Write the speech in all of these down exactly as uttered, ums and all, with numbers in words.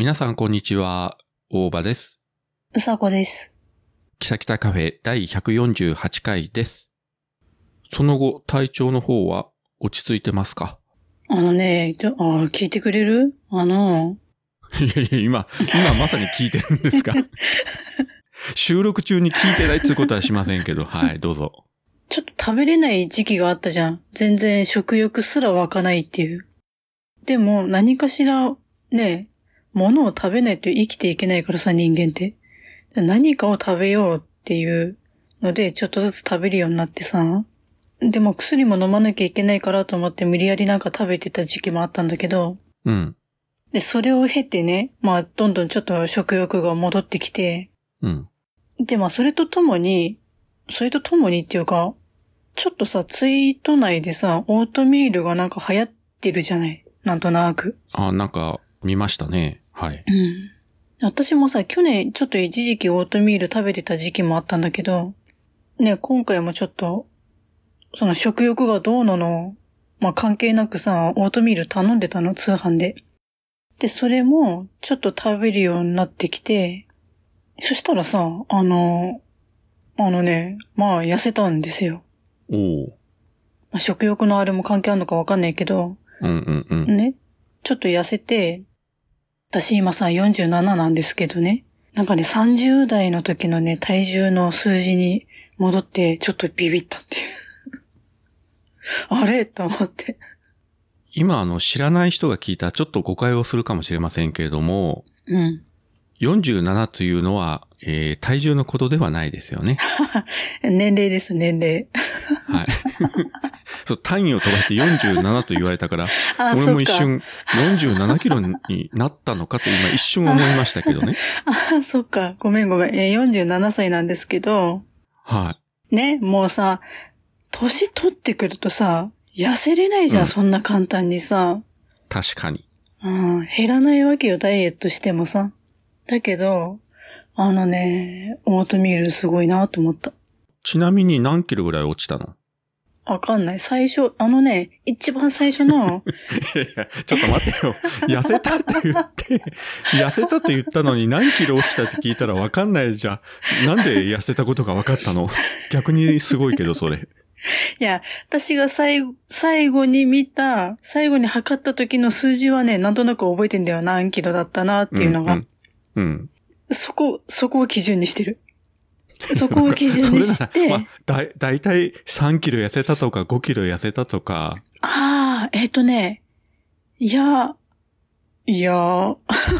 皆さんこんにちは、大場です。 うさこです。 きたきたカフェだいひゃくよんじゅうはちかいです。その後、体調の方は落ち着いてますか？ あのね、ちょあ聞いてくれる？あの。 いやいや、今、今まさに聞いてるんですか？収録中に聞いてないってことはしませんけど、はい、どうぞ。 ちょっと食べれない時期があったじゃん。全然食欲すら湧かないっていう。でも、何かしら、ね、物を食べないと生きていけないからさ、人間って。何かを食べようっていうので、ちょっとずつ食べるようになってさ。でも薬も飲まなきゃいけないからと思って無理やりなんか食べてた時期もあったんだけど。 うん。 で、それを経てね、まあ、どんどんちょっと食欲が戻ってきて。 うん。 で、まあ、それとともに、それとともにっていうか、ちょっとさ、ツイート内でさ、オートミールがなんか流行ってるじゃない？なんとなく。 あ、なんか、見ましたね。はい。 うん。私もさ、去年ちょっと一時期オートミール食べてた時期もあったんだけど、ね、今回もちょっと、その食欲がどうのの、まあ、関係なくさ、オートミール頼んでたの、通販で。で、それも、ちょっと食べるようになってきて、そしたらさ、あの、あのね、まあ、痩せたんですよ。 おー。 まあ、食欲のあれも関係あるのかわかんないけど、 うんうんうん。 ね、ちょっと痩せて、私今さよんじゅうなななんですけどね、なんかね、さんじゅうだいの時のね、体重の数字に戻って、ちょっとビビったっていう。あれと思って。 今、あの、知らない人が聞いたらちょっと誤解をするかもしれませんけれども、 うん。 よんじゅうななというのは、えー、体重のことではないですよね。 年齢です、年齢。 はい。そう、単位を飛ばしてよんじゅうななと言われたから、 あ、 俺そっか。 も一瞬よんじゅうななキロになったのかと今一瞬思いましたけどね。 あ、そっか。ごめんごめん。えー、よんじゅうななさいなんですけど、 はい。 ね、もうさ、年取ってくるとさ、痩せれないじゃん、 うん、 そんな簡単にさ。 確かに。 うん、減らないわけよ、ダイエットしてもさ。だけど、あのね、オートミールすごいなと思った。 ちなみに何キロぐらい落ちたの？ わかんない。最初、あのね、一番最初の、 いやいや、ちょっと待ってよ。痩せたって言って、痩せたと言ったのに何キロ落ちたって聞いたらわかんないじゃん。なんで痩せたことがわかったの？逆にすごいけど、それ。 いや、私が最後、最後に見た、最後に測った時の数字はね、なんとなく覚えてんだよ。何キロだったなっていうのが。 うん、うん。うん。 そこ、そこを基準にしてる。そこを基準にして。 まあ、だい、だいたいさんキロ痩せたとかごキロ痩せたとか。 ああ、えっとね、いや、いや、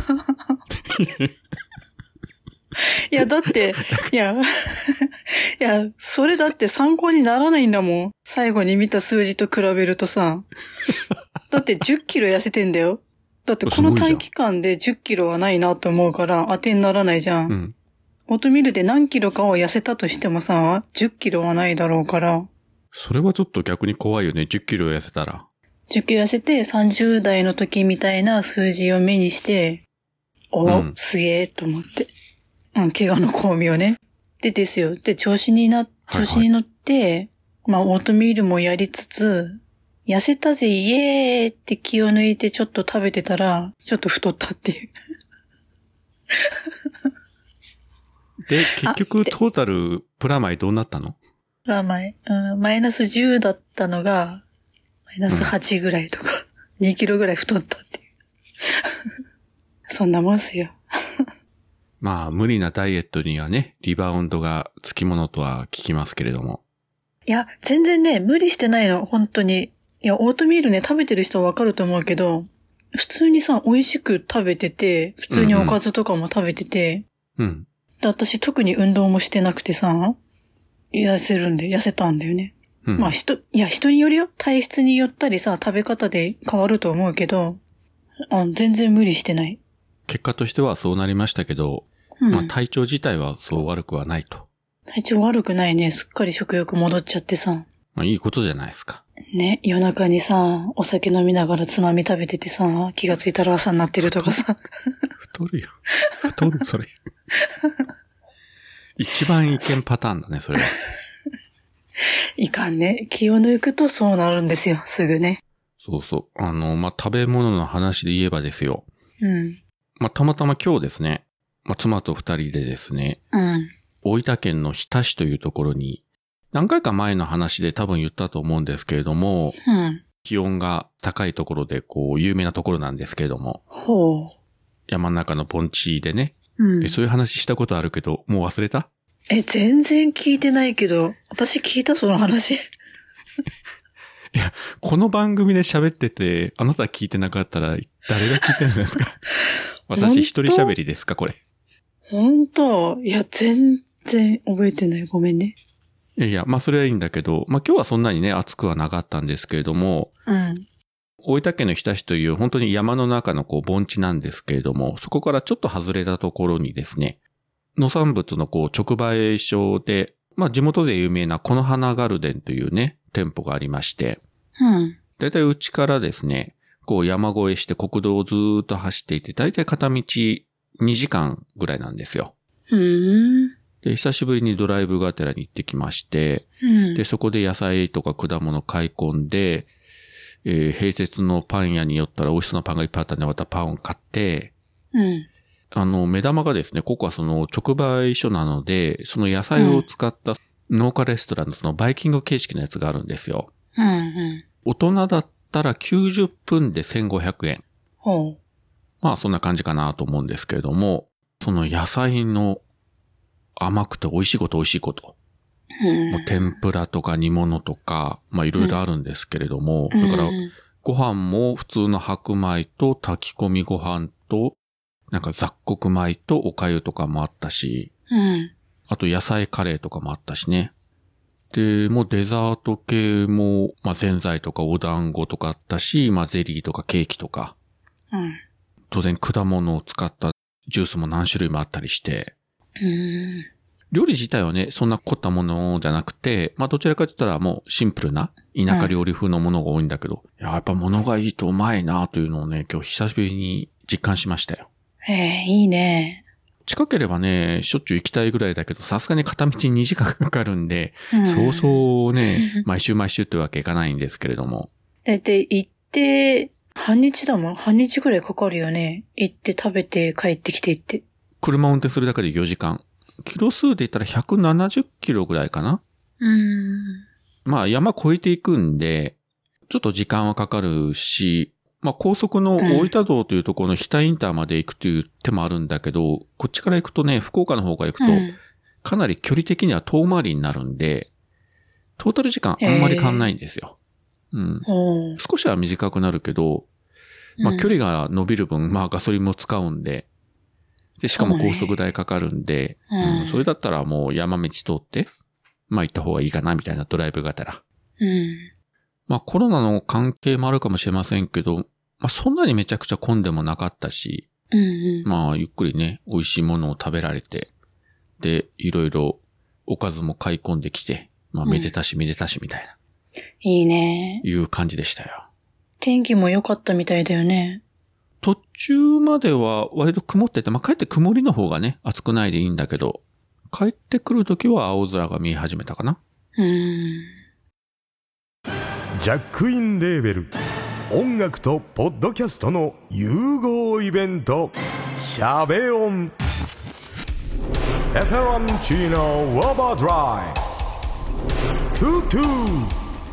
いや、だって、いや、いや、それだって参考にならないんだもん。最後に見た数字と比べるとさ。だってじゅっキロ痩せてんだよ。だってこの短期間でじゅっキロはないなと思うから当てにならないじゃん。うん。オートミールで何キロかを痩せたとしてもさ、じゅっキロはないだろうから。 それはちょっと逆に怖いよね。じゅっキロ痩せたら。 じゅっキロ痩せてさんじゅうだいの時みたいな数字を目にして、お、うん、すげえと思って。うん、怪我の巧妙ね。でですよ。で、調子にな、調子に乗って、はいはい、まあ、オートミールもやりつつ、痩せたぜ、イエーって気を抜いてちょっと食べてたら、ちょっと太ったっていう。 で、結局トータルプラマイどうなったの？ プラマイ、うん、マイナスじゅうだったのが、マイナスはちぐらいとか、うん、にキロぐらい太ったっていう。そんなもんすよ。 まあ、無理なダイエットにはね、リバウンドがつきものとは聞きますけれども。 いや、全然ね、無理してないの、本当に。いや、オートミールね、食べてる人はわかると思うけど、普通にさ、美味しく食べてて、普通におかずとかも食べてて、 うん、うん。 で、私特に運動もしてなくてさ、痩せるんで、痩せたんだよね。うん、まあ人、いや、人によるよ。体質によったりさ、食べ方で変わると思うけど、あ、全然無理してない。 結果としてはそうなりましたけど、うん、まあ体調自体はそう悪くはないと。 体調悪くないね。すっかり食欲戻っちゃってさ。 まあいいことじゃないですか。 ね、夜中にさ、お酒飲みながらつまみ食べててさ、気がついたら朝になってるとかさ。 太るよ。太る、それ。一番いけんパターンだね、それは。 いかんね。気を抜くとそうなるんですよ、すぐね。 そうそう。あの、まあ、食べ物の話で言えばですよ。 うん。 まあ、たまたま今日ですね、まあ、妻と二人でですね、 うん。 大分県の日田市というところに、何回か前の話で多分言ったと思うんですけれども、 うん。 気温が高いところで、こう、有名なところなんですけれども、 ほう。 山の中の盆地でね、 うん。 えそういう話したことあるけど、もう忘れた？ え、全然聞いてないけど、私聞いたその話。 この番組で喋ってて、あなた聞いてなかったら誰が聞いてるんですか？私一人喋りですかこれ？ ほんと？いや、全然覚えてない。ごめんね。 いやいや、まあそれはいいんだけど、まあ今日はそんなにね、暑くはなかったんですけれども、 うん。 大分県の日田市という本当に山の中のこう盆地なんですけれども、そこからちょっと外れたところにですね、農産物のこう直売所で、まあ地元で有名なこの花ガルデンというね、店舗がありまして、 うん。 だいたいうちからですね、こう山越えして国道をずーっと走っていて、だいたい片道にじかんぐらいなんですよ。 うーん。 で、久しぶりにドライブがてらに行ってきまして、 うん。 で、そこで野菜とか果物買い込んで、えー、併設のパン屋に寄ったら美味しそうなパンがいっぱいあったんで、またパンを買って、 うん。 あの、目玉がですね、ここはその直売所なので、その野菜を使った農家レストランのそのバイキング形式のやつがあるんですよ。 うん。うん。 大人だったらきゅうじゅっぷんでせんごひゃくえん。 ほう。 まあそんな感じかなと思うんですけれども、その野菜の甘くて美味しいこと美味しいこと。 うん。 もう天ぷらとか煮物とか、まあいろいろあるんですけれども、 うん、 だからご飯も普通の白米と炊き込みご飯と、なんか雑穀米とお粥とかもあったし、 うん。 あと野菜カレーとかもあったしね。で、もうデザート系も、まあぜんざいとかお団子とかあったし、まあゼリーとかケーキとか、 うん。 当然果物を使ったジュースも何種類もあったりして、 うん。 料理自体はね、そんな凝ったものじゃなくて、まあどちらかと言ったらもうシンプルな田舎料理風のものが多いんだけど、うん、いや、やっぱ物がいいとうまいなというのをね、今日久しぶりに実感しましたよ。 へえ、いいね。 近ければね、しょっちゅう行きたいぐらいだけど、さすがに片道にじかんかかるんで、 うん、 そうそうね、毎週毎週ってわけいかないんですけれども。 だって行って、半日だもん。半日ぐらいかかるよね。行って食べて帰ってきてって。 車を運転するだけでよじかん。キロ数で言ったらひゃくななじゅっキロぐらいかな。 うーん。 まあ山越えていくんで、ちょっと時間はかかるし、まあ高速の大分道というところの日田インターまで行くという手もあるんだけど、こっちから行くとね、福岡の方から行くと、かなり距離的には遠回りになるんで、トータル時間あんまり変わんないんですよ。うん。少しは短くなるけど、まあ距離が伸びる分、まあガソリンも使うんで、で、しかも高速代かかるんで、そ,、ねうん、それだったらもう山道通って、まあ行った方がいいかなみたいなドライブがてら。 うん。 まあコロナの関係もあるかもしれませんけど、まあそんなにめちゃくちゃ混んでもなかったし、 うんうん、 まあゆっくりね、美味しいものを食べられて、で、いろいろおかずも買い込んできて、まあめでたしめでたしみたいな。 うん、いいね。 いう感じでしたよ。 天気も良かったみたいだよね。 途中までは割と曇ってて、まあ、帰って曇りの方がね、暑くないでいいんだけど、帰ってくるときは青空が見え始めたかな。 うーん。 ジャックインレーベル音楽とポッドキャストの融合イベント、シャベオンエフェロンチーノウォーバードライトゥトゥ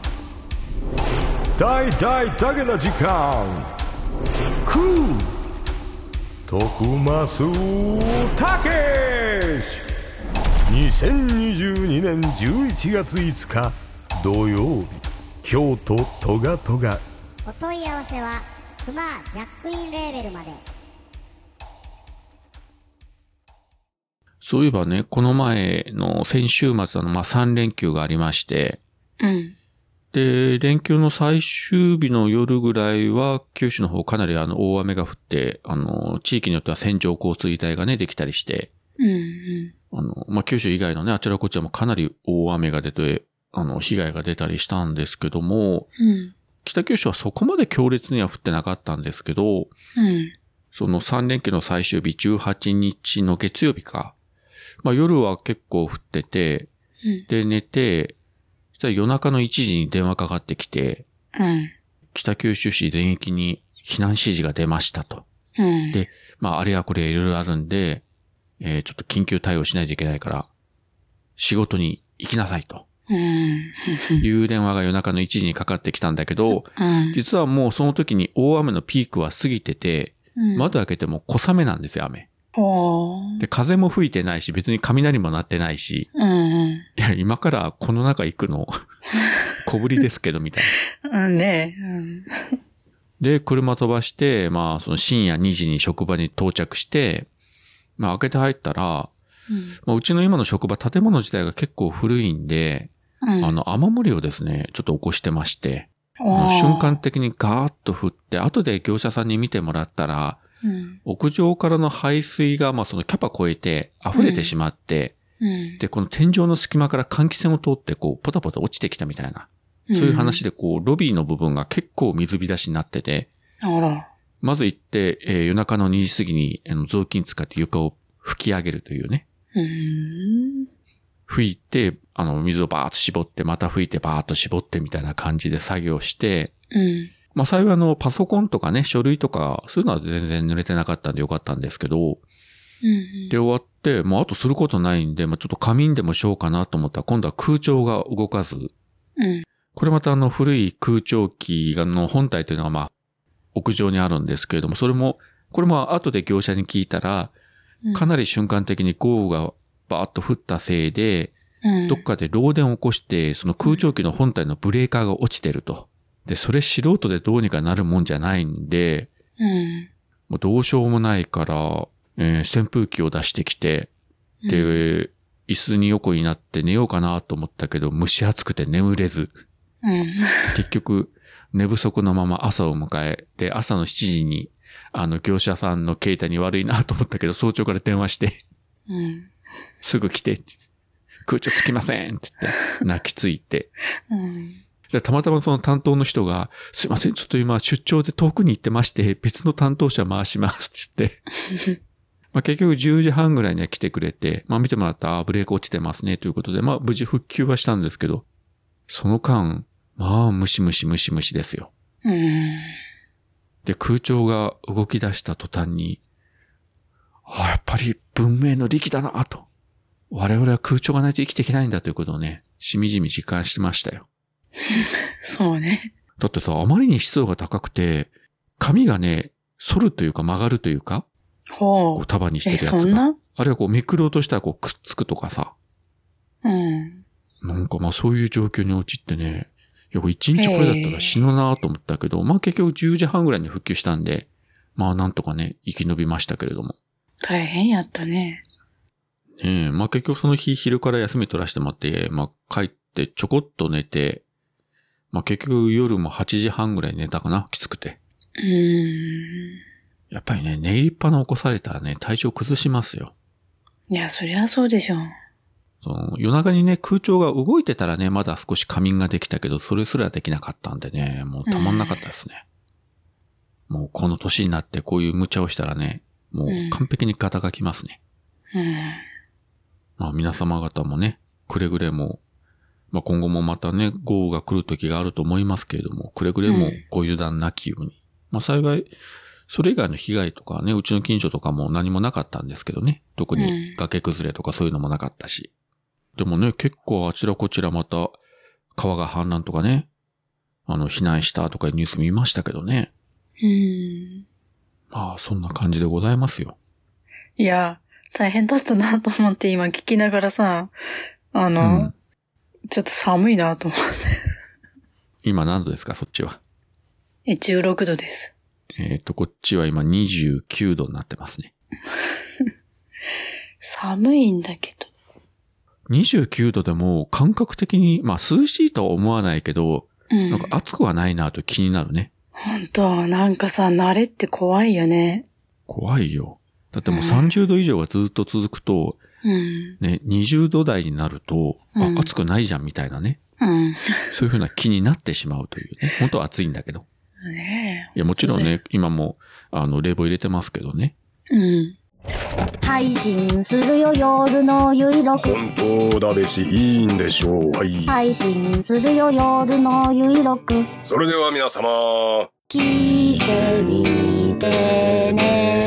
大大だけな時間クー徳増たけしにせんにじゅうにねんじゅういちがついつか土曜日、京都トガトガ。 お問い合わせはクマジャックインレーベルまで。 そういえばね、この前の先週末のまあさん連休がありまして、 うん。 で、連休の最終日の夜ぐらいは、九州の方かなりあの大雨が降って、あの、地域によっては線状降水帯がね、できたりして、 うんうん、 あの、まあ、九州以外のね、あちらこちらもかなり大雨が出て、あの、被害が出たりしたんですけども、 うん、 北九州はそこまで強烈には降ってなかったんですけど、 うん、 そのさん連休の最終日、じゅうはちにちの月曜日か、まあ、夜は結構降ってて、 うん、 で、寝て、そしたら夜中のいちじに電話かかってきて、 うん、 北九州市全域に避難指示が出ましたと。 うん。 で、まあ、あれやこれいろいろあるんで、えー、ちょっと緊急対応しないといけないから、仕事に行きなさいと。 うん。 いう電話が夜中のいちじにかかってきたんだけど、 うん、 実はもうその時に大雨のピークは過ぎてて、うん、窓開けても小雨なんですよ、雨。で、風も吹いてないし、別に雷も鳴ってないし、 うん、 いや、今からこの中行くの、小ぶりですけど、みたいな。うんね、うん。 で、車飛ばして、まあ、その深夜にじに職場に到着して、まあ、開けて入ったら、うんまあ、うちの今の職場、建物自体が結構古いんで、うん、あの、雨漏りをですね、ちょっと起こしてまして、あの瞬間的にガーッと降って、後で業者さんに見てもらったら、うん、屋上からの排水が、まあそのキャパ超えて溢れてしまって、うんうん、で、この天井の隙間から換気扇を通って、こう、ポタポタ落ちてきたみたいな、そういう話で、こう、ロビーの部分が結構水浸しになってて、 あらまず行って、えー、夜中のにじ過ぎに、あの雑巾使って床を拭き上げるというね。 うーん拭いて、あの、水をバーッと絞って、また拭いてバーッと絞ってみたいな感じで作業して、 うん、 まあ、幸いあの、パソコンとかね、書類とか、そういうのは全然濡れてなかったんでよかったんですけど、 うんうん、 で、終わって、もうあとすることないんで、まあ、ちょっと仮眠でもしようかなと思ったら、今度は空調が動かず、 うん、 これまたあの、古い空調機の本体というのがまあ、屋上にあるんですけれども、それも、これも後で業者に聞いたら、かなり瞬間的に豪雨がバーッと降ったせいで、 うん、 どっかで漏電を起こして、その空調機の本体のブレーカーが落ちてると。で、それ素人でどうにかなるもんじゃないんで、 うん、 もうどうしようもないから、えー、扇風機を出してきて、で、うん、椅子に横になって寝ようかなと思ったけど、蒸し暑くて眠れず、 うん、 結局、寝不足のまま朝を迎え、で、朝のしちじに、あの、業者さんの携帯に悪いなと思ったけど、早朝から電話して、 うん、 すぐ来て、空調つきませんって言って、泣きついて、 うん、 でたまたまその担当の人が、すいません、ちょっと今出張で遠くに行ってまして、別の担当者回しますって言って、まあ結局じゅうじはんぐらいには来てくれて、まあ見てもらったら、ブレーキ落ちてますねということで、まあ無事復旧はしたんですけど、その間、まあムシムシムシムシですよ。 うん、 で、空調が動き出した途端に、ああ、やっぱり文明の利器だなと。我々は空調がないと生きていけないんだということをね、しみじみ実感してましたよ。 そうね。 だってさ、あまりに湿度が高くて、髪がね、反るというか曲がるというか、 ほう。 こう束にしてるやつが。 え、そんな？ あるいはこうめくろうとしたらこうくっつくとかさ。 うん。 なんかまあそういう状況に陥ってね、いや、一日これだったら死ぬなと思ったけど、まあ結局じゅうじはんぐらいに復旧したんで、まあなんとかね、生き延びましたけれども。 大変やったね。 ねえ、まあ結局その日昼から休み取らせてもらって、まあ帰ってちょこっと寝て、まあ結局夜もはちじはんぐらい寝たかな、きつくて。 うーん。 やっぱりね、寝入りっぱな起こされたらね、体調崩しますよ。 いや、そりゃそうでしょ。 その夜中にね、空調が動いてたらね、まだ少し仮眠ができたけど、それすらできなかったんでね、もうたまんなかったですね。うん、もうこの年になってこういう無茶をしたらね、もう完璧に肩がきますね。 うん。 まあ皆様方もね、くれぐれも、まあ今後もまたね、豪雨が来る時があると思いますけれども、くれぐれもご油断なきように。うん、まあ幸い、それ以外の被害とかね、うちの近所とかも何もなかったんですけどね。特に崖崩れとかそういうのもなかったし。でもね、結構あちらこちらまた川が氾濫とかね、あの、避難したとかいうニュース見ましたけどね。 うん。 まあ、そんな感じでございますよ。 いや、大変だったなと思って今聞きながらさ、あの、うん、ちょっと寒いなと思って。 今何度ですか、そっちは。 え、じゅうろくどです。 えっと、こっちは今にじゅうきゅうどになってますね。 寒いんだけど。 にじゅうきゅうどでも感覚的に、まあ涼しいとは思わないけど、 うん、 なんか暑くはないなと気になるね。 ほんと、なんかさ、慣れって怖いよね。 怖いよ。だってもうさんじゅうど以上がずっと続くと、 うん、 ね、にじゅうど台になると、 うん、 あ、暑くないじゃんみたいなね。 うん、 そういう風な気になってしまうというね。本当は暑いんだけど。 ねえ。 いや、もちろんね、今も、あの、冷房入れてますけどね。 うん。 配信するよ夜のゆいろく。 本当だべしいいんでしょう。はい。 配信するよ夜のゆいろく。 それでは皆様、 聞いてみてね。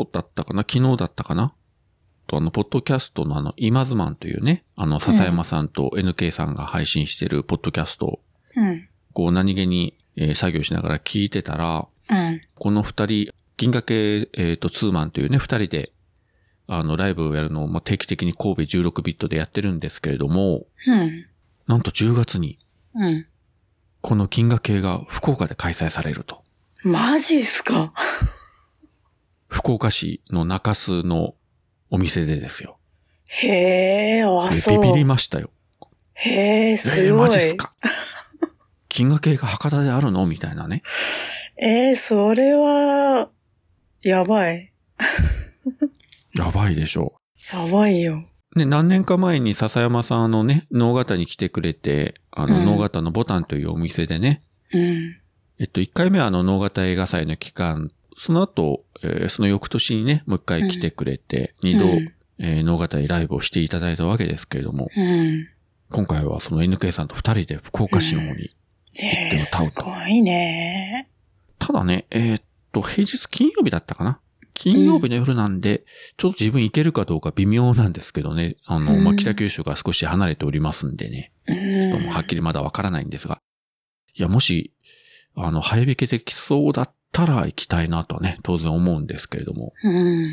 だったかな昨日だったかなと、あの、ポッドキャストのあの、今ズマンというね、あの、笹山さんと エヌケー さんが配信してるポッドキャストを、 うん。 こう何気に、えー、作業しながら聞いてたら、 うん。 この二人、銀河系、えっと、ツーマンというね、二人で、あの、ライブをやるのを、まあ、定期的に神戸じゅうろくビットでやってるんですけれども、 うん。 なんとじゅうがつに、 うん。 この銀河系が福岡で開催されると。 マジっすか？ 福岡市の中洲のお店でですよ。 へー、あ、そう。 ビビりましたよ。 へー、すごい。 えー、マジっすか？銀河系が博多であるのみたいなね。 えー、それは、やばい。 やばいでしょう。やばいよ。 ね、何年か前に笹山さんあのね、能形に来てくれて、あの、能形のボタンというお店でね。 うん。 えっと、いっかいめはあの、能形映画祭の期間、その後、えー、その翌年にね、もう一回来てくれて、二、うん、度、うんえー、能形へライブをしていただいたわけですけれども、 うん、 今回はその エヌケー さんと二人で福岡市の方に行って歌うと。 うんえー、すごいね。 ただね、えー、っと、平日金曜日だったかな金曜日の夜なんで、うん、ちょっと自分行けるかどうか微妙なんですけどね。あの、うん、まあ、北九州が少し離れておりますんでね。うん、ちょっともうはっきりまだわからないんですが。いや、もし、あの、早引けできそうだったら行きたいなとはね、当然思うんですけれども。 うん、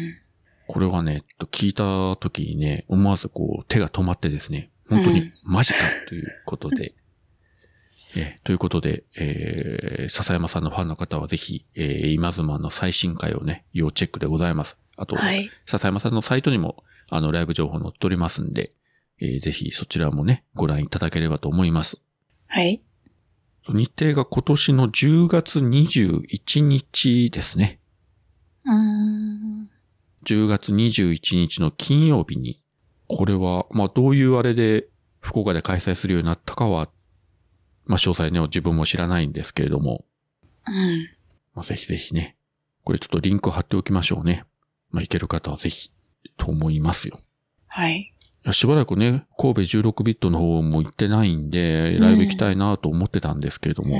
これはね、聞いた時にね、思わずこう手が止まってですね、本当にマジかということで。うん、えということで、えー、笹山さんのファンの方はぜひ、えー、今妻の最新回をね、要チェックでございます。あと、はい、笹山さんのサイトにも、あの、ライブ情報載っておりますんで、えー、ぜひそちらもね、ご覧いただければと思います。 はい。 日程が今年のじゅうがつにじゅういちにちですね。 うーん。 じゅうがつにじゅういちにちの金曜日に、これは、まあどういうあれで福岡で開催するようになったかは、まあ詳細ね、自分も知らないんですけれども。 うん。 まあぜひぜひね、これちょっとリンク貼っておきましょうね。まあ行ける方はぜひ、と思いますよ。 はい。 いやしばらくね、神戸じゅうろくビットの方も行ってないんで、ライブ行きたいなと思ってたんですけれども。 うんうん、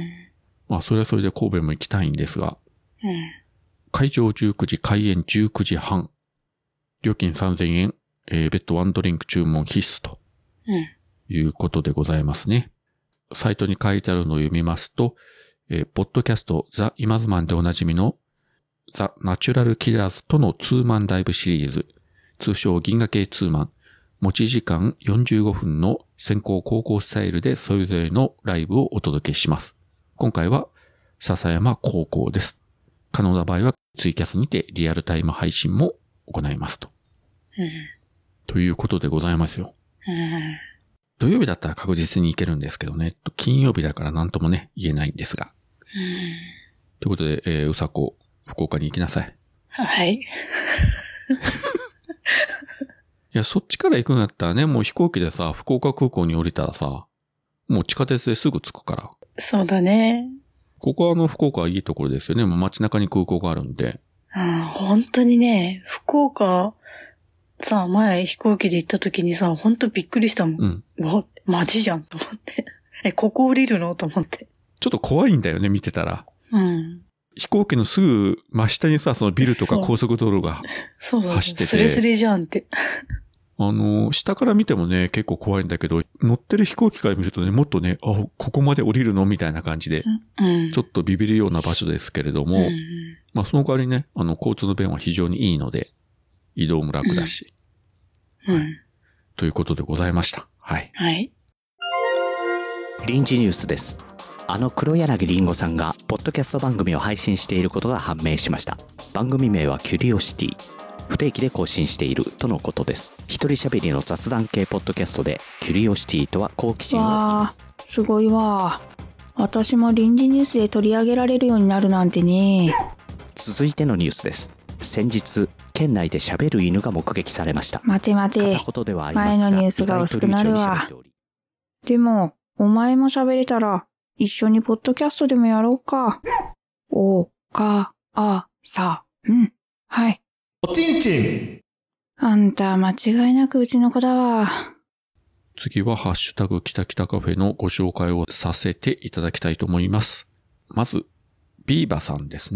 まあそれはそれで神戸も行きたいんですが。 うん、 会場じゅうくじ、開演じゅうくじはん。料金さんぜんえん、えー、別途ワンドリンク注文必須と。いうことでございますね。サイトに書いてあるのを読みますと、えー、ポッドキャストザ・イマズマンでおなじみのザ・ナチュラルキラーズとのツーマンライブシリーズ、通称銀河系ツーマン、持ち時間よんじゅうごふんの先行後攻スタイルでそれぞれのライブをお届けします。今回は笹山高校です。可能な場合はツイキャスにてリアルタイム配信も行いますと。 うん、 ということでございますよ。 うん、 土曜日だったら確実に行けるんですけどね。金曜日だから何ともね、言えないんですが。 うん、 ということで、えー、うさこ、福岡に行きなさい。 はい。 いや、そっちから行くんだったらね、もう飛行機でさ、福岡空港に降りたらさ、もう地下鉄ですぐ着くから。 そうだね。 ここはあの、福岡はいいところですよね。もう街中に空港があるんで。 うん、本当にね、福岡、さ、前飛行機で行った時にさ、本当びっくりしたもん。 うん。 うわ、街じゃんと思って。え、ここ降りるのと思って。 ちょっと怖いんだよね、見てたら。 うん。 飛行機のすぐ真下にさ、そのビルとか高速道路がそうそう走ってて。 スレスレじゃんって。 あの、下から見てもね、結構怖いんだけど、乗ってる飛行機から見るとね、もっとね、あ、ここまで降りるのみたいな感じで、 うん、 ちょっとビビるような場所ですけれども、うん、まあその代わりね、あの、交通の便は非常にいいので、移動も楽だし。 うん。 はい、ということでございました。はい。 はい。 臨時ニュースです。あの黒柳りんごさんがポッドキャスト番組を配信していることが判明しました。番組名はキュリオシティ。不定期で更新しているとのことです。一人喋りの雑談系ポッドキャストでキュリオシティとは好奇心を。 わー、すごいわ。私も臨時ニュースで取り上げられるようになるなんてね。 続いてのニュースです。先日県内で喋る犬が目撃されました。 待て待て、前のニュースが薄くなるわ。でもお前も喋れたら一緒にポッドキャストでもやろうか。おかあさん、はい。 おちんちん。 あんた間違いなくうちの子だわ。 次はハッシュタグきたきたカフェのご紹介をさせていただきたいと思います。まずビーバさんですね。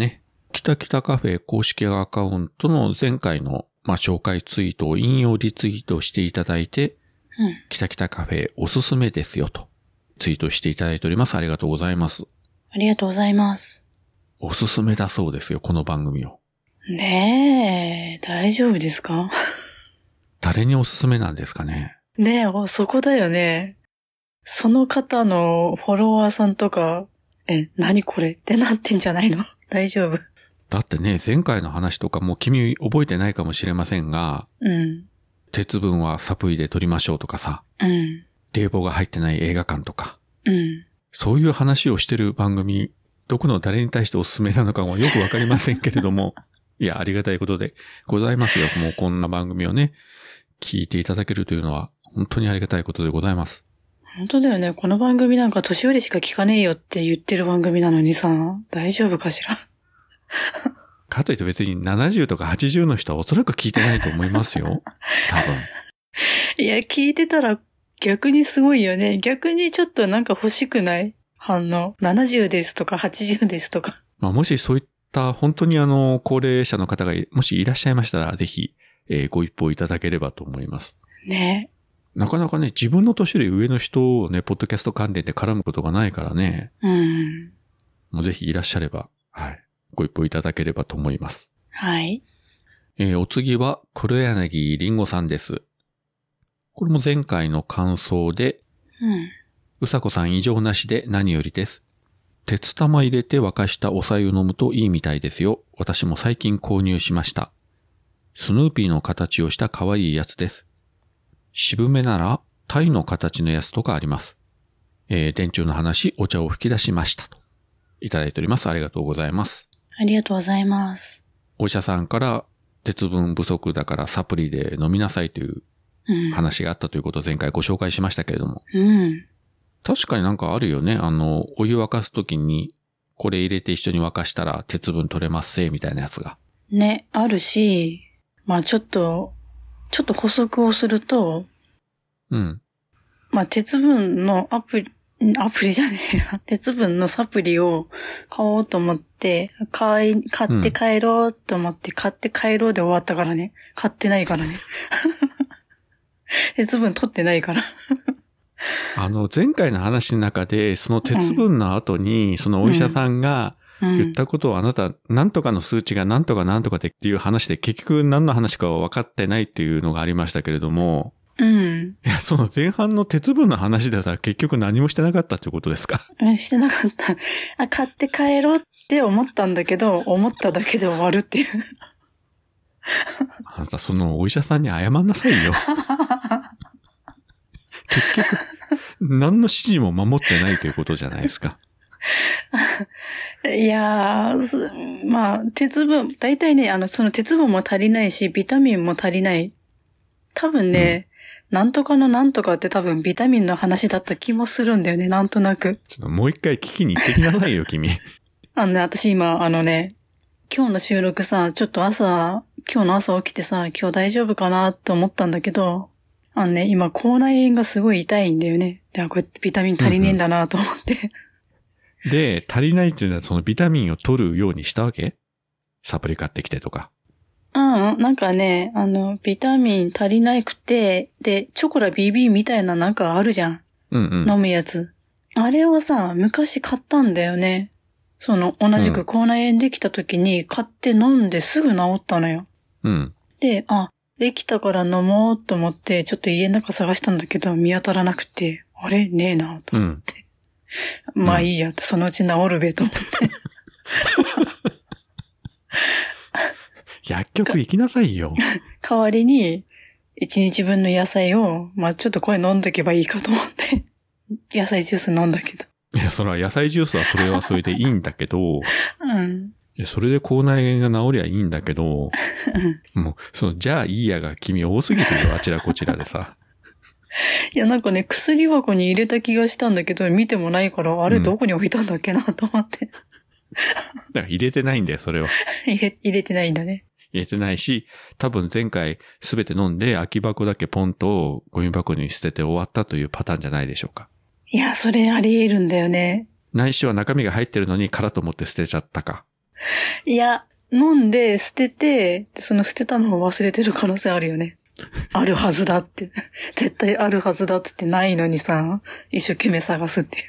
キタキタカフェ公式アカウントの前回の、まあ、紹介ツイートを引用リツイートしていただいて、 うん。 キタキタカフェおすすめですよとツイートしていただいております。ありがとうございます。 ありがとうございます。 おすすめだそうですよ、この番組を。 ねえ、大丈夫ですか？ 誰におすすめなんですかね。 ねえ、そこだよね。その方のフォロワーさんとか、え、何これってなってんじゃないの？大丈夫。 だってね、前回の話とかもう君覚えてないかもしれませんが、 うん。 鉄分はサプリで取りましょうとかさ、 うん。 冷房が入ってない映画館とか、 うん。 そういう話をしてる番組、どこの誰に対しておすすめなのかもよくわかりませんけれども、いや、ありがたいことでございますよ。もうこんな番組をね、聞いていただけるというのは、本当にありがたいことでございます。 本当だよね。この番組なんか年寄りしか聞かねえよって言ってる番組なのにさ、大丈夫かしら。 かといって別にななじゅうとかはちじゅうの人はおそらく聞いてないと思いますよ。多分。 いや、聞いてたら逆にすごいよね。逆にちょっとなんか欲しくない？反応。ななじゅうですとかはちじゅうですとか。 まあ、もしそういった本当にあの、高齢者の方がもしいらっしゃいましたら、ぜひ、えー、ご一報いただければと思います。 ね。 なかなかね、自分の年より上の人をね、ポッドキャスト関連で絡むことがないからね。 うん。 もうぜひいらっしゃれば、はい。ご一報いただければと思います。 はい。 えー、お次は、黒柳りんごさんです。これも前回の感想で、 うん。 うさこさん異常なしで何よりです。鉄玉入れて沸かしたお白湯飲むといいみたいですよ。私も最近購入しました。スヌーピーの形をした可愛いやつです。渋めならタイの形のやつとかあります。えー、電柱の話、お茶を吹き出しましたと。いただいております。ありがとうございます。 ありがとうございます。 お医者さんから鉄分不足だからサプリで飲みなさいという話があったということを前回ご紹介しましたけれども。 うん。 確かになんかあるよね。あの、お湯沸かすときにこれ入れて一緒に沸かしたら鉄分取れますせみたいなやつが。 ね、あるし、まあちょっと、ちょっと補足をすると、 うん。 まあ鉄分のアプリ、アプリじゃねえや。鉄分のサプリを買おうと思って、買い、買って帰ろうと思って、うん、買って帰ろうで終わったからね。買ってないからね。鉄分取ってないから。 あの、前回の話の中で、その鉄分の後に、そのお医者さんが言ったことをあなた、なんとかの数値がなんとかなんとかでっていう話で、結局何の話かは分かってないっていうのがありましたけれども、 うん。 いや、その前半の鉄分の話でさ、結局何もしてなかったってことですか？ してなかった。あ、買って帰ろうって思ったんだけど、思っただけで終わるっていう。 あなた、そのお医者さんに謝んなさいよ。結局、何の指示も守ってないということじゃないですか。 いやー、まあ、鉄分、大体ね、あの、その鉄分も足りないし、ビタミンも足りない。多分ね、うん、なんとかのなんとかって多分ビタミンの話だった気もするんだよね、なんとなく。 ちょっともう一回聞きに行ってきなさいよ、君。 あのね、私今、あのね、今日の収録さ、ちょっと朝、今日の朝起きてさ、今日大丈夫かなと思ったんだけど、あのね、今、口内炎がすごい痛いんだよね。で、これビタミン足りねえんだなと思って、 うんうん。で、足りないっていうのはそのビタミンを取るようにしたわけ？サプリ買ってきてとか。 うん、なんかね、あの、ビタミン足りなくて、で、チョコラ ビービー みたいななんかあるじゃん。 うんうん。 飲むやつ。あれをさ、昔買ったんだよね。その、同じく口内炎できた時に買って飲んですぐ治ったのよ。 うん。 で、あ、できたから飲もうと思って、ちょっと家の中探したんだけど、見当たらなくて、あれねえなと思って。うん、まあいいや、そのうち治るべと思って。 薬局行きなさいよ。 代わりに、一日分の野菜を、まあちょっとこれ飲んどけばいいかと思って、野菜ジュース飲んだけど。 いや、それは野菜ジュースはそれはそれでいいんだけど、 うん。 いや、それで口内炎が治りゃいいんだけど、もう、その、じゃあいいやが君多すぎてるよ、あちらこちらでさ。 いや、なんかね、薬箱に入れた気がしたんだけど、見てもないから、あれどこに置いたんだっけなと思って。 だから入れてないんだよ、それは。 入れ、入れてないんだね。 入れてないし、多分前回すべて飲んで空き箱だけポンとゴミ箱に捨てて終わったというパターンじゃないでしょうか。 いや、それあり得るんだよね。 ないしは中身が入ってるのに空と思って捨てちゃったか。 いや、飲んで捨てて、その捨てたのを忘れてる可能性あるよね。あるはずだって。絶対あるはずだって言ってないのにさ、一生懸命探すっていう。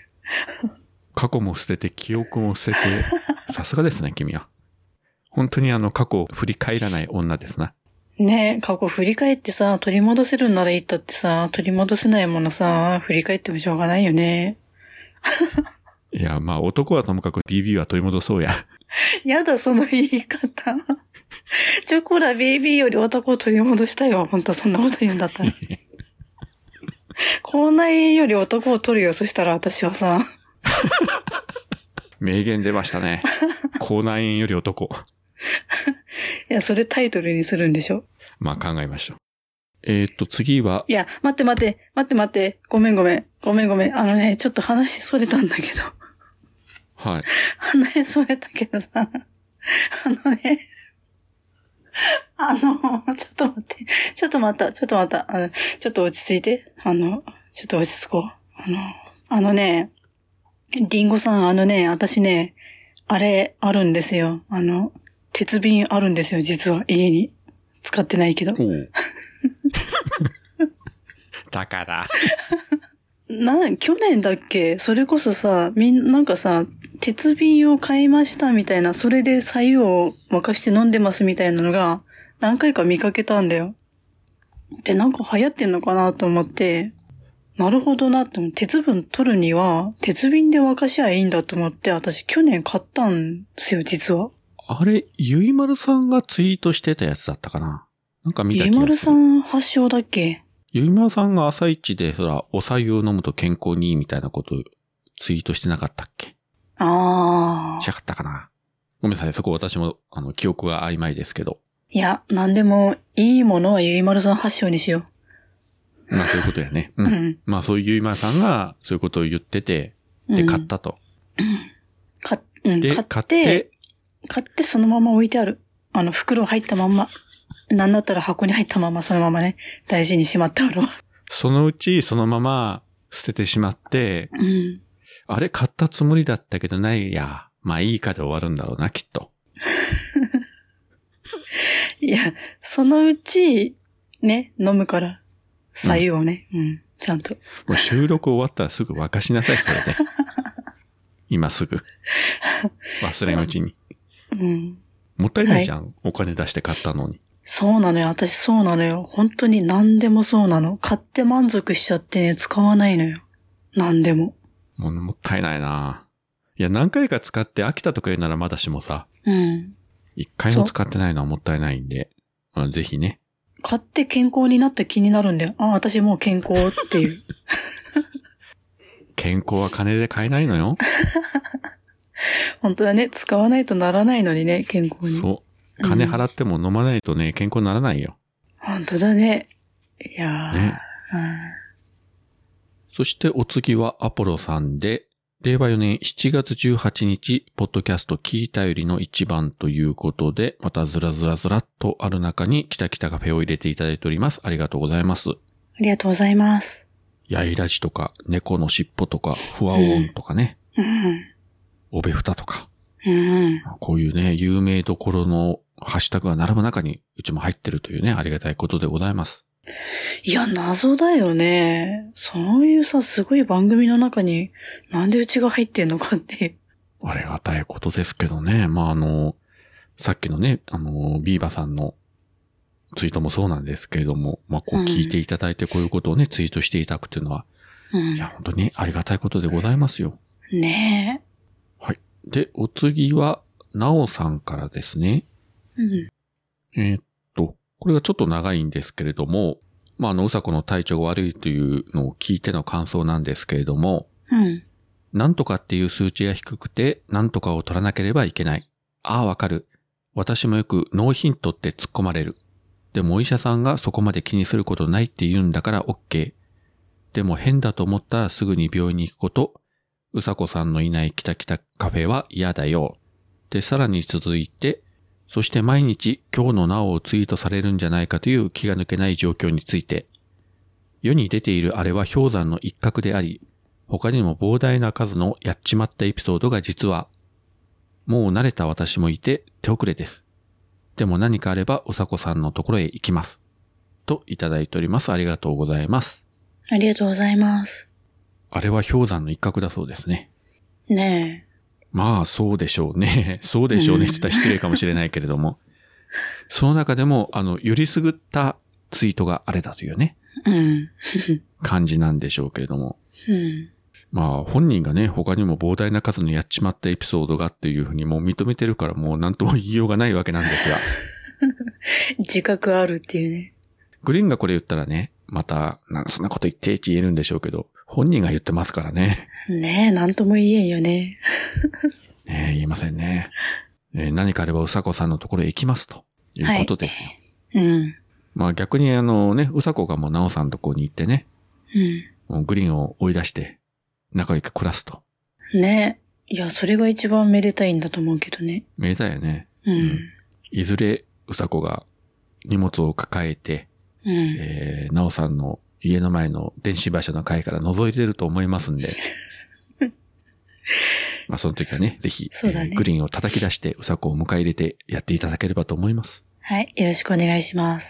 過去も捨てて、記憶も捨てて、さすがですね、君は。本当にあの過去を振り返らない女ですな。 ねえ、過去振り返ってさ、取り戻せるんならいいったってさ、取り戻せないものさ、振り返ってもしょうがないよね。 いや、まあ男はともかく ビービー は取り戻そうや。 やだ、その言い方。チョコラ ビービー より男を取り戻したいわ、ほんとそんなこと言うんだったら。口内より男を取るよ、そしたら私はさ。 名言出ましたね。口内炎より男。 いや、それタイトルにするんでしょ。 まあ考えましょう。えー、っと、次は。 いや、待って待って、待って待って、ごめんごめん、ごめんごめん。あのね、ちょっと話それたんだけど。 はい。 話それたけどさ、あのね、あの、ちょっと待って、ちょっと待った、ちょっと待った、あの、ちょっと落ち着いて、あの、ちょっと落ち着こう。あの、あのね、リンゴさん、あのね、私ね、あれ、あるんですよ。あの、鉄瓶あるんですよ、実は、家に。使ってないけど。 だから。 な、去年だっけ？それこそさ、みん、なんかさ、鉄瓶を買いましたみたいな、それで白湯を沸かして飲んでますみたいなのが、何回か見かけたんだよ。で、なんか流行ってんのかなと思って、なるほどなって思って、鉄分取るには、鉄瓶で沸かしゃいいんだと思って、私去年買ったんですよ、実は。 あれ、ゆいまるさんがツイートしてたやつだったかな？なんか見た気がする。 ゆいまるさん発祥だっけ？ ゆいまるさんが朝一で、そら、お白湯を飲むと健康にいいみたいなことをツイートしてなかったっけ？ ああ。 違ったかな？ごめんなさい、そこ私も、あの、記憶が曖昧ですけど。 いや、なんでも、いいものはゆいまるさん発祥にしよう。まあそういうことやね。うん。うん、まあそういうゆいまるさんが、そういうことを言ってて、で、買ったと。 うん。買っ、うん、 で、 買って、 買って、 買ってそのまま置いてある。あの、袋入ったまんま。なんだったら箱に入ったままそのままね、大事にしまってあるわ。 そのうちそのまま捨ててしまって、 うん、 あれ買ったつもりだったけどないや、まあいいかで終わるんだろうな、きっと。 いや、そのうち、ね、飲むから、白湯をね、うん、うん、ちゃんと。 もう収録終わったらすぐ沸かしなさい、それで。今すぐ。忘れんうちに。 うん。 もったいないじゃん、はい、お金出して買ったのに。 そうなのよ。私そうなのよ。本当に何でもそうなの。買って満足しちゃってね、使わないのよ。何でも。 もうもったいないな。いや、何回か使って飽きたとか言うならまだしもさ。 うん。 一回も使ってないのはもったいないんで、まあ、ぜひね。 買って健康になった気になるんだよ。あ、私もう健康っていう。 健康は金で買えないのよ。 本当だね。使わないとならないのにね、健康に。 そう。金払っても飲まないとね、うん、健康にならないよ。 本当だね。いやー。ね。うん、 そしてお次はアポロさんで、れいわよねんしちがつじゅうはちにち、ポッドキャスト聞いたよりの一番ということで、またずらずらずらっとある中に、キタキタカフェを入れていただいております。ありがとうございます。 ありがとうございます。 ヤイラジとか、猫のしっぽとか、フワオンとかね。 うん。うん、 オベフタとか。 うん。 こういうね、有名どころのハッシュタグが並ぶ中に、うちも入ってるというね、ありがたいことでございます。 いや、謎だよね。そういうさ、すごい番組の中に、なんでうちが入ってんのかって。 ありがたいことですけどね。まあ、あの、さっきのね、あの、ビーバさんのツイートもそうなんですけれども、まあ、こう聞いていただいてこういうことをね、うん、ツイートしていただくっていうのは、うん、いや、本当にありがたいことでございますよ。 ねえ。はい。で、お次は、なおさんからですね。 うん。 えー、っと、これがちょっと長いんですけれども、まあ、あの、うさこの体調が悪いというのを聞いての感想なんですけれども、 うん。 なんとかっていう数値が低くて、なんとかを取らなければいけない。ああ、わかる。私もよくノーヒントって突っ込まれる。でもお医者さんがそこまで気にすることないって言うんだから OK。でも変だと思ったらすぐに病院に行くこと。うさこさんのいないキタキタカフェは嫌だよ。で、さらに続いて、そして毎日今日のなおをツイートされるんじゃないかという気が抜けない状況について。世に出ているあれは氷山の一角であり、他にも膨大な数のやっちまったエピソードが実は、 もう慣れた私もいて手遅れです。でも何かあればうさこさんのところへ行きます。といただいております。ありがとうございます。 ありがとうございます。 あれは氷山の一角だそうですね。 ねえ。 まあそうでしょうね。そうでしょうねって言ったら失礼かもしれないけれども。その中でも、あの、よりすぐったツイートがあれだというね。 うん。 感じなんでしょうけれども。 うん。 まあ本人がね、他にも膨大な数のやっちまったエピソードがっていうふうにもう認めてるからもう何とも言いようがないわけなんですが。 自覚あるっていうね。 グリーンがこれ言ったらね、また、なそんなこと言ってって言えるんでしょうけど、本人が言ってますからね。 ねえ、なんとも言えんよね。 ねえ、言えませんね。えー、何かあればうさこさんのところへ行きますということですよ。 はい、うん。 まあ逆にあのね、うさこがもうなおさんのところに行ってね、 うん。 もうグリーンを追い出して仲良く暮らすと。 ねえ。いや、それが一番めでたいんだと思うけどね。 めでたいよね。 うん。うん、 いずれうさこが荷物を抱えて、 うん、 えー、なおさんの家の前の電子馬車の階から覗いてると思いますんで。まあその時はね、ぜひ、 そうだね、 えー、グリーンを叩き出してうさこを迎え入れてやっていただければと思います。 はい、よろしくお願いします。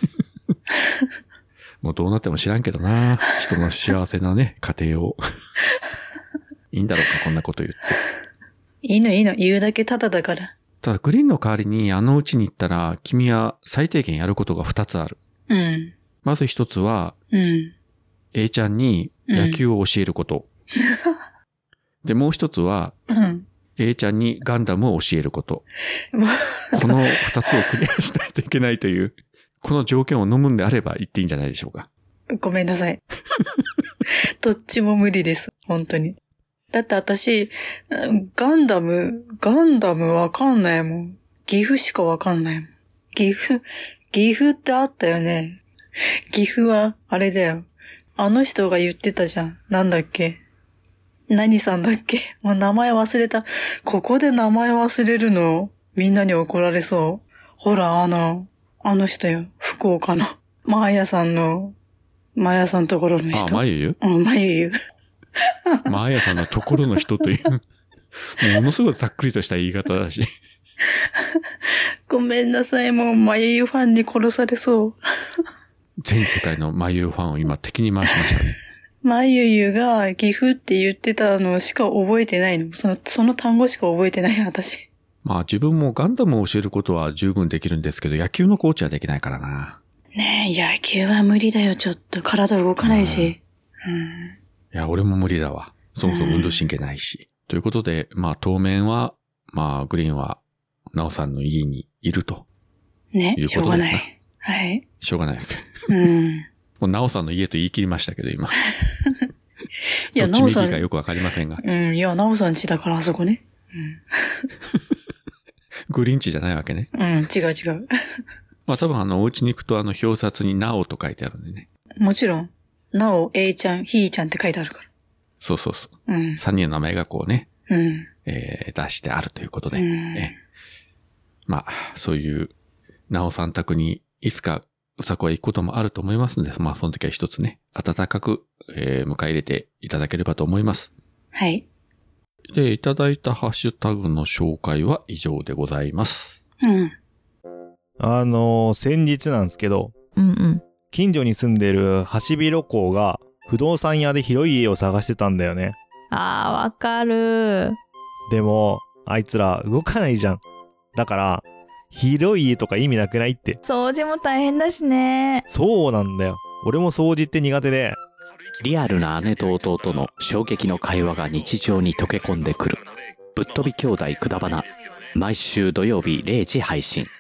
もうどうなっても知らんけどな。人の幸せなね、家庭を。いいんだろうか、こんなこと言って。 いいのいいの、言うだけただだから。 ただグリーンの代わりにあのうちに行ったら、君は最低限やることが二つある。 うん。 まず一つは、 うん。 A ちゃんに野球を教えること。うん、で、もう一つは、うん、A ちゃんにガンダムを教えること。この二つをクリアしないといけないという、この条件を飲むんであれば言っていいんじゃないでしょうか。 ごめんなさい。どっちも無理です。本当に。だって私、ガンダム、ガンダムわかんないもん。岐阜しかわかんないもん。岐阜、岐阜ってあったよね。岐阜は、あれだよ。あの人が言ってたじゃん。なんだっけ。何さんだっけ。もう名前忘れた。ここで名前忘れるの、みんなに怒られそう。ほら、あの、あの人よ。福岡の。マーヤさんの、マーヤさんのところの人。 あ、マユユ？ うん、マユユ。 マーヤさんのところの人という、ものすごいざっくりとした言い方だし。 ごめんなさい、もうマユユファンに殺されそう。 全世界のマユユファンを今敵に回しましたね。 マユユが岐阜って言ってたのしか覚えてないの。その、その単語しか覚えてない、私。 まあ自分もガンダムを教えることは十分できるんですけど、野球のコーチはできないからな。 ねえ、野球は無理だよ、ちょっと。体動かないし。うん。うん、 いや、俺も無理だわ。そもそも運動神経ないし。うん、ということで、まあ当面は、まあグリーンは、ナオさんの家にいると。 ね、 いうことですね。しょうがない。 はい。 しょうがないです。 うん。 もうナオさんの家と言い切りましたけど、今。 いや、 どっち右かよくわかりませんが。 うん、いや、ナオさん家だからあそこね。うん。 グリーン家じゃないわけね。 うん、違う違う。 まあ多分あの、お家に行くとあの、表札にナオと書いてあるんでね。 もちろん。ナオ、A ちゃん、ヒーちゃんって書いてあるから。 そうそうそう。 うん。 三人の名前がこうね。 うん。 えー、出してあるということで。 うん、 えまあ、そういう、ナオさん宅にいつかうさこへ行くこともあると思いますので、まあその時は一つね、温かく、えー、迎え入れていただければと思います。 はい。 で、いただいたハッシュタグの紹介は以上でございます。 うん。 あのー、先日なんですけど、 うんうん。 近所に住んでるハシビロコウが不動産屋で広い家を探してたんだよね。 あー、わかる。 でも、あいつら動かないじゃん。だから、広い家とか意味なくないって。 掃除も大変だしね。 そうなんだよ。俺も掃除って苦手で。 リアルな姉と弟の衝撃の会話が日常に溶け込んでくる。ぶっ飛び兄弟くだばな。毎週土曜日れいじ配信。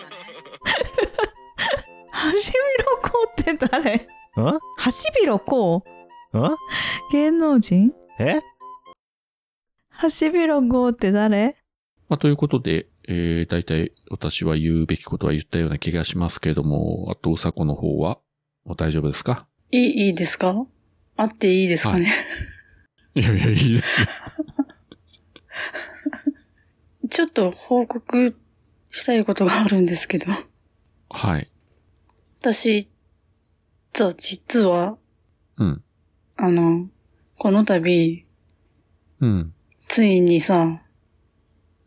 ハシビロコウって誰？ ん？ ハシビロコウ？ ん？ 芸能人？ え？ ハシビロコウって誰？ まあ、ということで、えー、大体私は言うべきことは言ったような気がしますけれども、あとうさこの方はもう大丈夫ですか？ いい、いいですか？あっていいですかね？はい、 いやいや、いいですよ。 ちょっと報告したいことがあるんですけど。 はい。 私、実実は、 うん。 あの、この度、 うん。 ついにさ、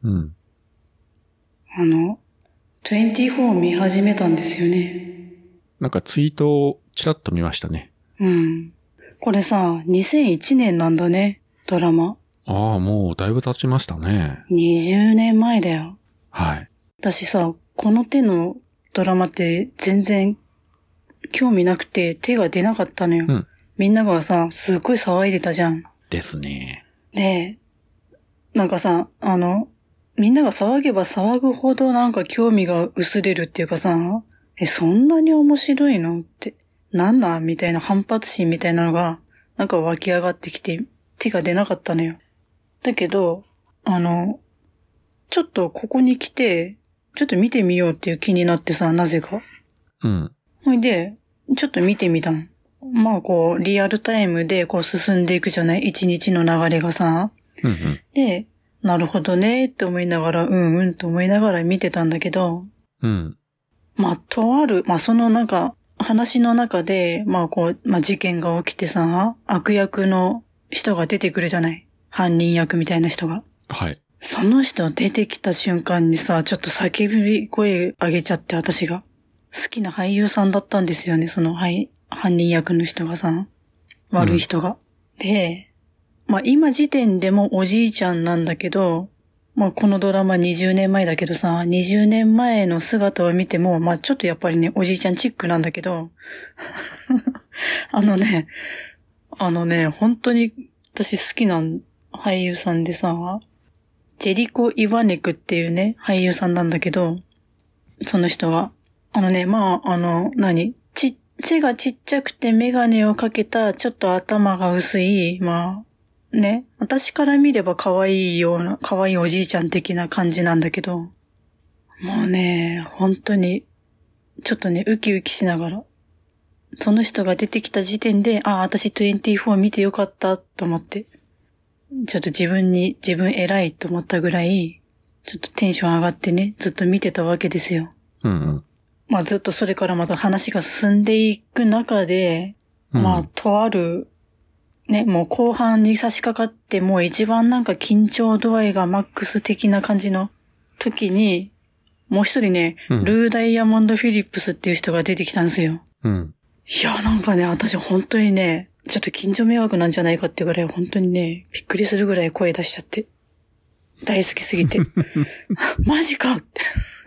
うん。 あの、にじゅうよん見始めたんですよね。 なんかツイートをちらっと見ましたね。 うん。これさ、にせんいちねんなんだね、ドラマ。 ああ、もうだいぶ経ちましたね。 にじゅうねんまえだよ。 はい。 私さ、この手のドラマって全然興味なくて手が出なかったのよ。 うん。 みんながさ、すっごい騒いでたじゃん。 ですね。 で、なんかさ、あの、みんなが騒げば騒ぐほどなんか興味が薄れるっていうかさ、え、そんなに面白いのって、なんなんみたいな反発心みたいなのが、なんか湧き上がってきて、手が出なかったのよ。だけど、あの、ちょっとここに来て、ちょっと見てみようっていう気になってさ、なぜか。 うん。 ほいで、ちょっと見てみたの。まあこう、リアルタイムでこう進んでいくじゃない？一日の流れがさ。 うんうん。 で、なるほどねって思いながら、うんうんと思いながら見てたんだけど、 うん。 まあ、とある、まあそのなんか、話の中で、まあこう、まあ事件が起きてさ、悪役の人が出てくるじゃない？犯人役みたいな人が。 はい。 その人出てきた瞬間にさ、ちょっと叫び声上げちゃって私が。好きな俳優さんだったんですよね、その、はい、犯人役の人がさ、悪い人が。うん、で、まあ今時点でもおじいちゃんなんだけど、まあこのドラマにじゅうねんまえだけどさ、にじゅうねんまえの姿を見ても、まあちょっとやっぱりね、おじいちゃんチックなんだけど、あのね、あのね、本当に私好きな俳優さんでさ、ジェリコ・イワネクっていうね、俳優さんなんだけど、その人が、あのね、まあ、あの、何ち、背がちっちゃくてメガネをかけた、ちょっと頭が薄い、まあ、ね、私から見れば可愛いような、可愛いおじいちゃん的な感じなんだけど、もうね、本当に、ちょっとね、ウキウキしながら、その人が出てきた時点で、ああ、私にじゅうよん見てよかったと思って、ちょっと自分に、自分偉いと思ったぐらい、ちょっとテンション上がってね、ずっと見てたわけですよ。 うんうん。 まあずっとそれからまた話が進んでいく中で、うん、まあとある、ね、もう後半に差し掛かって、もう一番なんか緊張度合いがマックス的な感じの時に、もう一人ね、うん、ルー・ダイヤモンド・フィリップスっていう人が出てきたんですよ。 うん。 いや、なんかね、私本当にね、ちょっと近所迷惑なんじゃないかっていうぐらい本当にね、びっくりするぐらい声出しちゃって。大好きすぎて。マジかって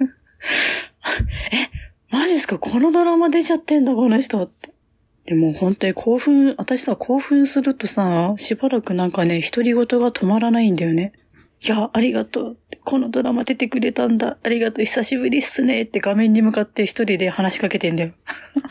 え、マジっすかこのドラマ出ちゃってんだこの人って。でも本当に興奮、私さ、興奮するとさ、しばらくなんかね、独り言が止まらないんだよね。いや、ありがとう。このドラマ出てくれたんだ。ありがとう。久しぶりっすね。って画面に向かって一人で話しかけてんだよ。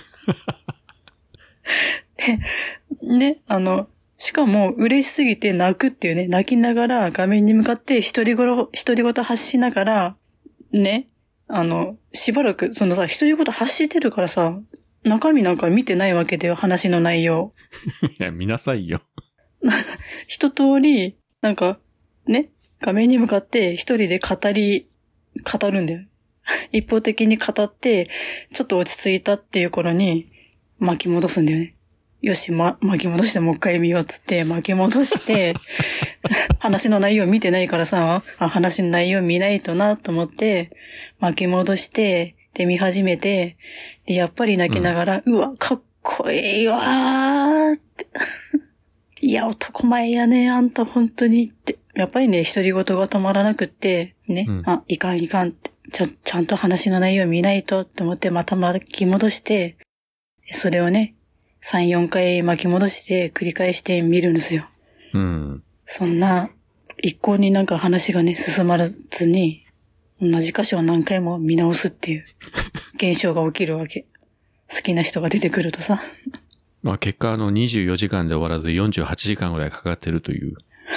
で、ね、あの、しかも嬉しすぎて泣くっていうね、泣きながら画面に向かって独り言、独り言発しながら、ね、あの、しばらく、そのさ、独り言発してるからさ、中身なんか見てないわけだよ、話の内容。 いや、見なさいよ。 一通り、なんか、ね、画面に向かって一人で語り、語るんだよ。一方的に語って、ちょっと落ち着いたっていう頃に巻き戻すんだよね。よし、ま、巻き戻してもう一回見ようっつって巻き戻して、話の内容見てないからさ、あ、話の内容見ないとなと思って、巻き戻して、で見始めて、で、やっぱり泣きながら、うん、うわ、かっこいいわーって。いや、男前やね、あんた本当にって。やっぱりね、独り言が止まらなくって、ね、うん、あ、いかんいかんって。ちゃ、ちゃんと話の内容見ないとって思ってまた巻き戻して、それをね、さん、よんかい巻き戻して繰り返して見るんですよ。 うん。 そんな、一向になんか話がね、進まずに、同じ箇所を何回も見直すっていう現象が起きるわけ。好きな人が出てくるとさ。 まあ結果あのにじゅうよじかんで終わらずよんじゅうはちじかんぐらいかかってるという。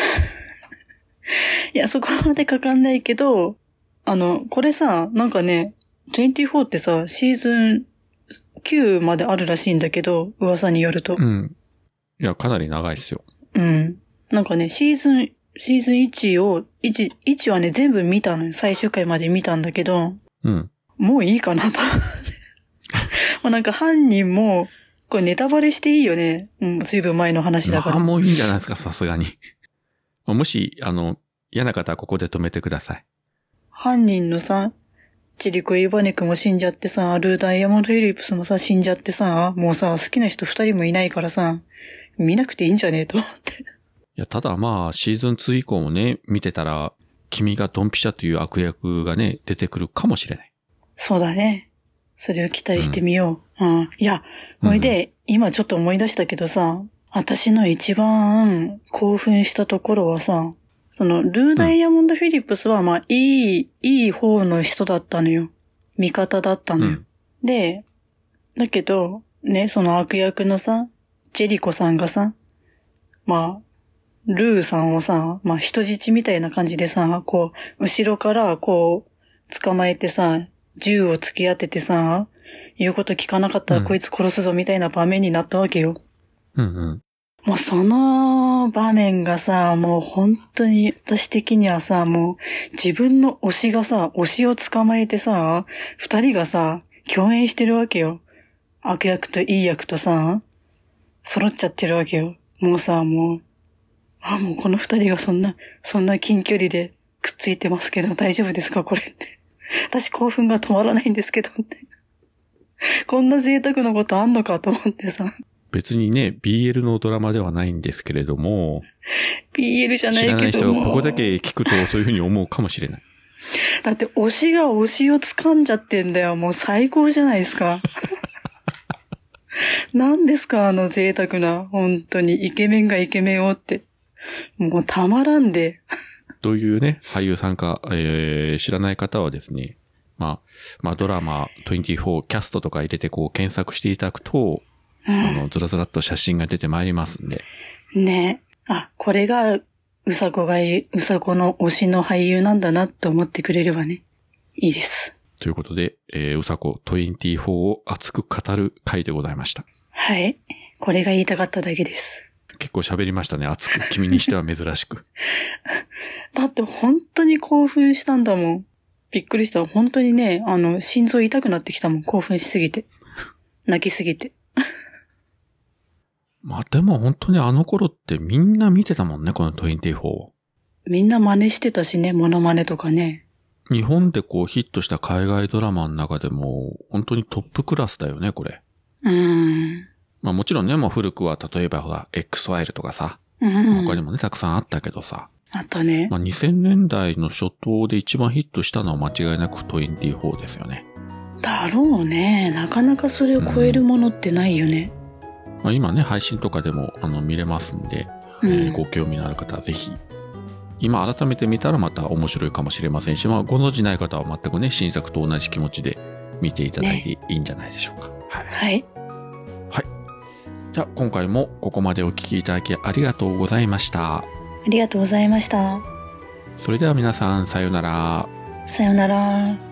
いや、そこまでかかんないけど、あの、これさ、なんかね、にじゅうよんってさ、シーズンきゅうまであるらしいんだけど、噂によると。 うん。いや、かなり長いっすよ。 うん。なんかね、シーズン、シーズンいちを、いち、いちはね、全部見たのよ。最終回まで見たんだけど、 うん。 もういいかなと。もうなんか犯人も、これネタバレしていいよね。うん、ずいぶん前の話だから。 まあ、もういいんじゃないですか、さすがに。もし、あの、嫌な方はここで止めてください。 犯人のさ、ジェリコ・イバネクも死んじゃってさ、ルー・ダイヤモンド・フィリップスもさ、死んじゃってさ、もうさ、好きな人二人もいないからさ、見なくていいんじゃねえと思って。 いや、ただまあ、シーズンツー以降もね、見てたら、君がドンピシャという悪役がね、出てくるかもしれない。 そうだね。それを期待してみよう。うん。うん、いや、ほいで、うん、今ちょっと思い出したけどさ、私の一番興奮したところはさ、その、ルー・ダイヤモンド・フィリップスは、まあ、いい、いい方の人だったのよ。味方だったのよ。うん、で、だけど、ね、その悪役のさ、ジェリコさんがさ、まあ、ルーさんをさ、まあ、人質みたいな感じでさ、こう、後ろからこう、捕まえてさ、銃を突き当ててさ、言うこと聞かなかったらこいつ殺すぞみたいな場面になったわけよ。 うんうん。 もうその場面がさ、もう本当に私的にはさ、もう自分の推しがさ、推しを捕まえてさ、二人がさ、共演してるわけよ。悪役といい役とさ、揃っちゃってるわけよ。もうさ、もう、あ、もうこの二人がそんな、そんな近距離でくっついてますけど大丈夫ですかこれって。私興奮が止まらないんですけどって。こんな贅沢なことあんのかと思ってさ。 別にね、ビーエル のドラマではないんですけれども。 ビーエル じゃないけども。 知らない人がここだけ聞くとそういうふうに思うかもしれない。 だって推しが推しを掴んじゃってんだよ。もう最高じゃないですか。何ですかあの贅沢な、本当にイケメンがイケメンをって。もうたまらんで。 というね、俳優さんか、えー、知らない方はですね、まあ、まあドラマにじゅうよんキャストとか入れてこう検索していただくと、うん、あの、ずらずらっと写真が出てまいりますんで。 ね。あ、これが、うさこがい、うさこの推しの俳優なんだなって思ってくれればね、いいです。 ということで、えー、うさこにじゅうよんを熱く語る回でございました。 はい。これが言いたかっただけです。 結構喋りましたね、熱く。君にしては珍しく。 だって本当に興奮したんだもん。びっくりした。本当にね、あの、心臓痛くなってきたもん。興奮しすぎて。泣きすぎて。 まあでも本当にあの頃ってみんな見てたもんね、このにじゅうよんを。 みんな真似してたしね、モノマネとかね。 日本でこうヒットした海外ドラマの中でも本当にトップクラスだよね、これ。 うーん。 まあもちろんね、もう古くは例えばほら、X ファイルとかさ、 うん、 他にもね、たくさんあったけどさ。 あったね。 まあにせんねんだいの初頭で一番ヒットしたのは間違いなくにじゅうよんですよね。 だろうね。なかなかそれを超えるものってないよね。 うん、まあ、今ね、配信とかでもあの見れますんで、うん、えー、ご興味のある方はぜひ。今改めて見たらまた面白いかもしれませんし、まあご存じない方は全くね、新作と同じ気持ちで見ていただいていいんじゃないでしょうか。ね、はい。 はい。 はい。じゃあ今回もここまでお聞きいただきありがとうございました。 ありがとうございました。 それでは皆さん、さようなら。 さようなら。